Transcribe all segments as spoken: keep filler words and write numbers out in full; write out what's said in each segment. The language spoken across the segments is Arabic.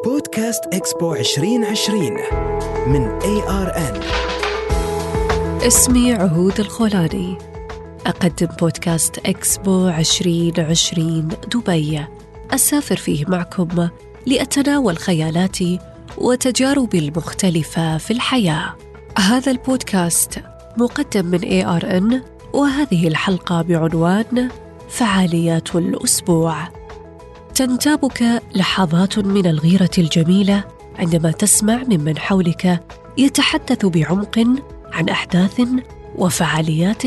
بودكاست إكسبو عشرين عشرين من إيه آر إن. اسمي عهود الخولاني، أقدم بودكاست إكسبو عشرين عشرين دبي، أسافر فيه معكم لأتناول خيالاتي وتجاربي المختلفة في الحياة. هذا البودكاست مقدم من إيه آر إن، وهذه الحلقة بعنوان فعاليات الأسبوع. تنتابك لحظات من الغيرة الجميلة عندما تسمع ممن حولك يتحدث بعمق عن أحداث وفعاليات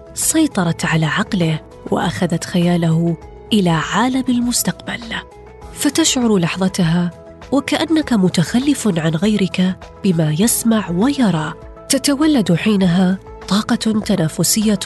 سيطرت على عقله وأخذت خياله إلى عالم المستقبل، فتشعر لحظتها وكأنك متخلف عن غيرك بما يسمع ويرى. تتولد حينها طاقة تنافسية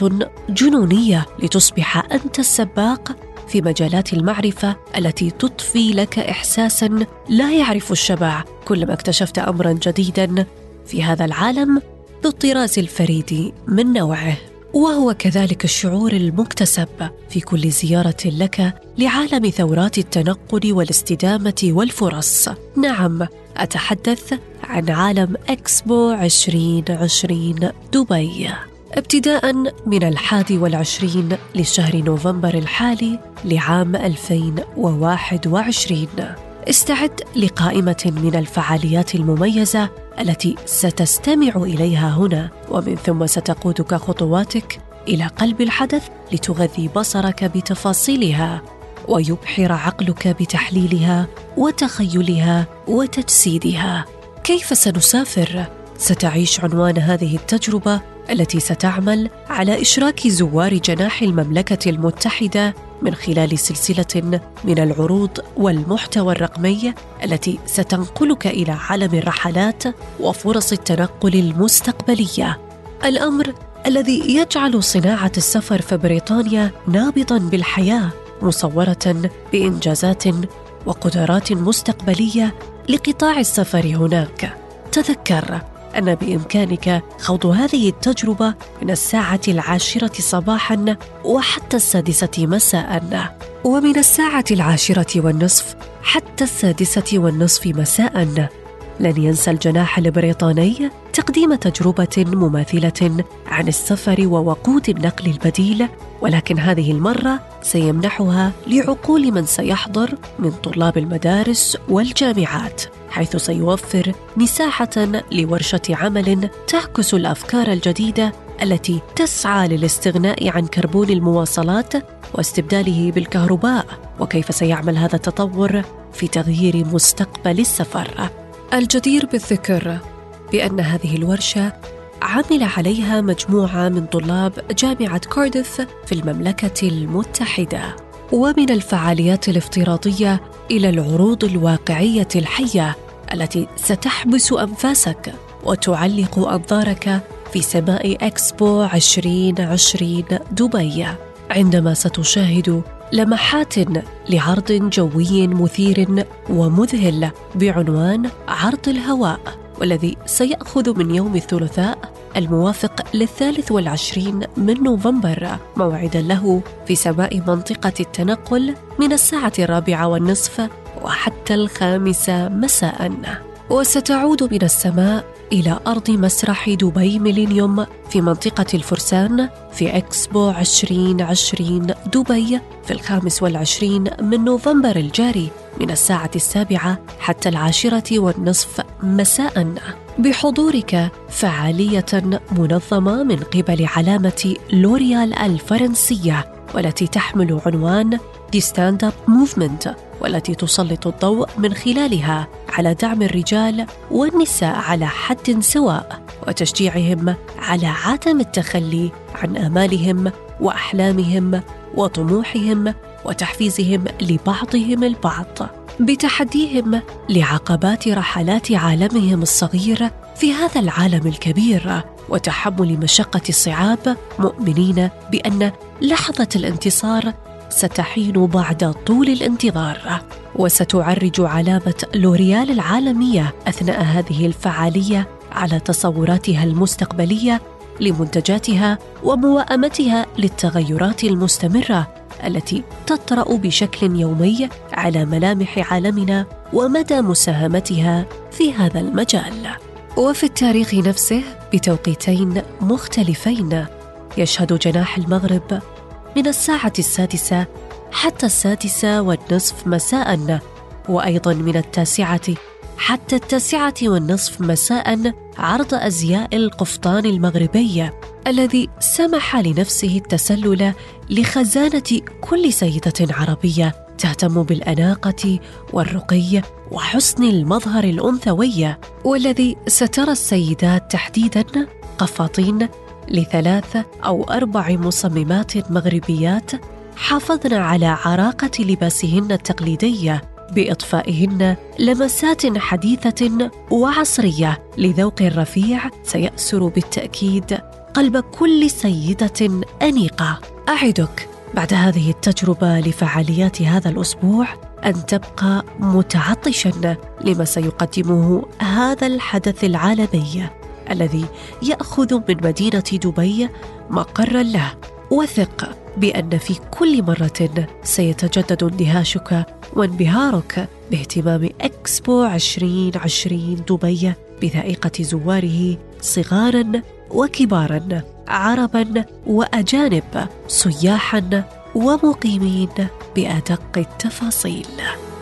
جنونية لتصبح أنت السباق في مجالات المعرفة التي تضفي لك إحساساً لا يعرف الشبع كلما اكتشفت أمراً جديداً في هذا العالم ذو الطراز الفريد من نوعه. وهو كذلك الشعور المكتسب في كل زيارة لك لعالم ثورات التنقل والاستدامة والفرص. نعم، أتحدث عن عالم إكسبو عشرين عشرين دبي، ابتداء من الحادي والعشرين لشهر نوفمبر الحالي لعام ألفين وواحد وعشرين. استعد لقائمة من الفعاليات المميزة التي ستستمع إليها هنا، ومن ثم ستقودك خطواتك إلى قلب الحدث لتغذي بصرك بتفاصيلها ويبحر عقلك بتحليلها وتخيلها وتجسيدها. كيف سنسافر؟ ستعيش عنوان هذه التجربة التي ستعمل على إشراك زوار جناح المملكة المتحدة من خلال سلسلة من العروض والمحتوى الرقمي التي ستنقلك إلى عالم الرحلات وفرص التنقل المستقبلية، الأمر الذي يجعل صناعة السفر في بريطانيا نابضاً بالحياة، مصورة بإنجازات وقدرات مستقبلية لقطاع السفر هناك. تذكر أن بإمكانك خوض هذه التجربة من الساعة العاشرة صباحاً وحتى السادسة مساءً، ومن الساعة العاشرة والنصف حتى السادسة والنصف مساءً. لن ينسى الجناح البريطاني تقديم تجربة مماثلة عن السفر ووقود النقل البديل، ولكن هذه المرة سيمنحها لعقول من سيحضر من طلاب المدارس والجامعات، حيث سيوفر مساحة لورشة عمل تعكس الأفكار الجديدة التي تسعى للاستغناء عن كربون المواصلات واستبداله بالكهرباء، وكيف سيعمل هذا التطور في تغيير مستقبل السفر. الجدير بالذكر بأن هذه الورشة عمل عليها مجموعة من طلاب جامعة كارديف في المملكة المتحدة. ومن الفعاليات الافتراضية إلى العروض الواقعية الحية التي ستحبس أنفاسك وتعلق أنظارك في سماء إكسبو عشرين عشرين دبي، عندما ستشاهد لمحات لعرض جوي مثير ومذهل بعنوان عرض الهواء، والذي سيأخذ من يوم الثلاثاء الموافق للثالث والعشرين من نوفمبر موعدا له في سماء منطقة التنقل من الساعة الرابعة والنصف وحتى الخامسة مساء. وستعود من السماء إلى أرض مسرح دبي ميلينيوم في منطقة الفرسان في إكسبو عشرين عشرين دبي في الخامس والعشرين من نوفمبر الجاري من الساعة السابعة حتى العاشرة والنصف مساء، بحضورك فعالية منظمة من قبل علامة لوريال الفرنسية، والتي تحمل عنوان The Stand Up Movement، والتي تسلط الضوء من خلالها على دعم الرجال والنساء على حد سواء وتشجيعهم على عدم التخلي عن آمالهم وأحلامهم وطموحهم وتحفيزهم لبعضهم البعض بتحديهم لعقبات رحلات عالمهم الصغير في هذا العالم الكبير وتحمل مشقة الصعاب، مؤمنين بأن لحظة الانتصار ستحين بعد طول الانتظار. وستعرج علامة لوريال العالمية أثناء هذه الفعالية على تصوراتها المستقبلية لمنتجاتها ومواءمتها للتغيرات المستمرة التي تطرأ بشكل يومي على ملامح عالمنا ومدى مساهمتها في هذا المجال. وفي التاريخ نفسه بتوقيتين مختلفين يشهد جناح المغرب من الساعة السادسة حتى السادسة والنصف مساء، وأيضا من التاسعة حتى التاسعة والنصف مساء عرض أزياء القفطان المغربي الذي سمح لنفسه التسلل لخزانة كل سيدة عربية تهتم بالأناقة والرقي وحسن المظهر الأنثوي، والذي سترى السيدات تحديداً قفاطين لثلاث أو أربع مصممات مغربيات حافظن على عراقة لباسهن التقليدي بإضفائهن لمسات حديثة وعصرية لذوق رفيع سيأسر بالتأكيد قلب كل سيدة أنيقة. أعدك بعد هذه التجربة لفعاليات هذا الأسبوع أن تبقى متعطشاً لما سيقدمه هذا الحدث العالمي الذي يأخذ من مدينة دبي مقراً له. وثق بأن في كل مرة سيتجدد اندهاشك وانبهارك باهتمام إكسبو عشرين عشرين دبي بذائقة زواره صغاراً وكباراً، عرباً وأجانب، سياحاً ومقيمين بأدق التفاصيل.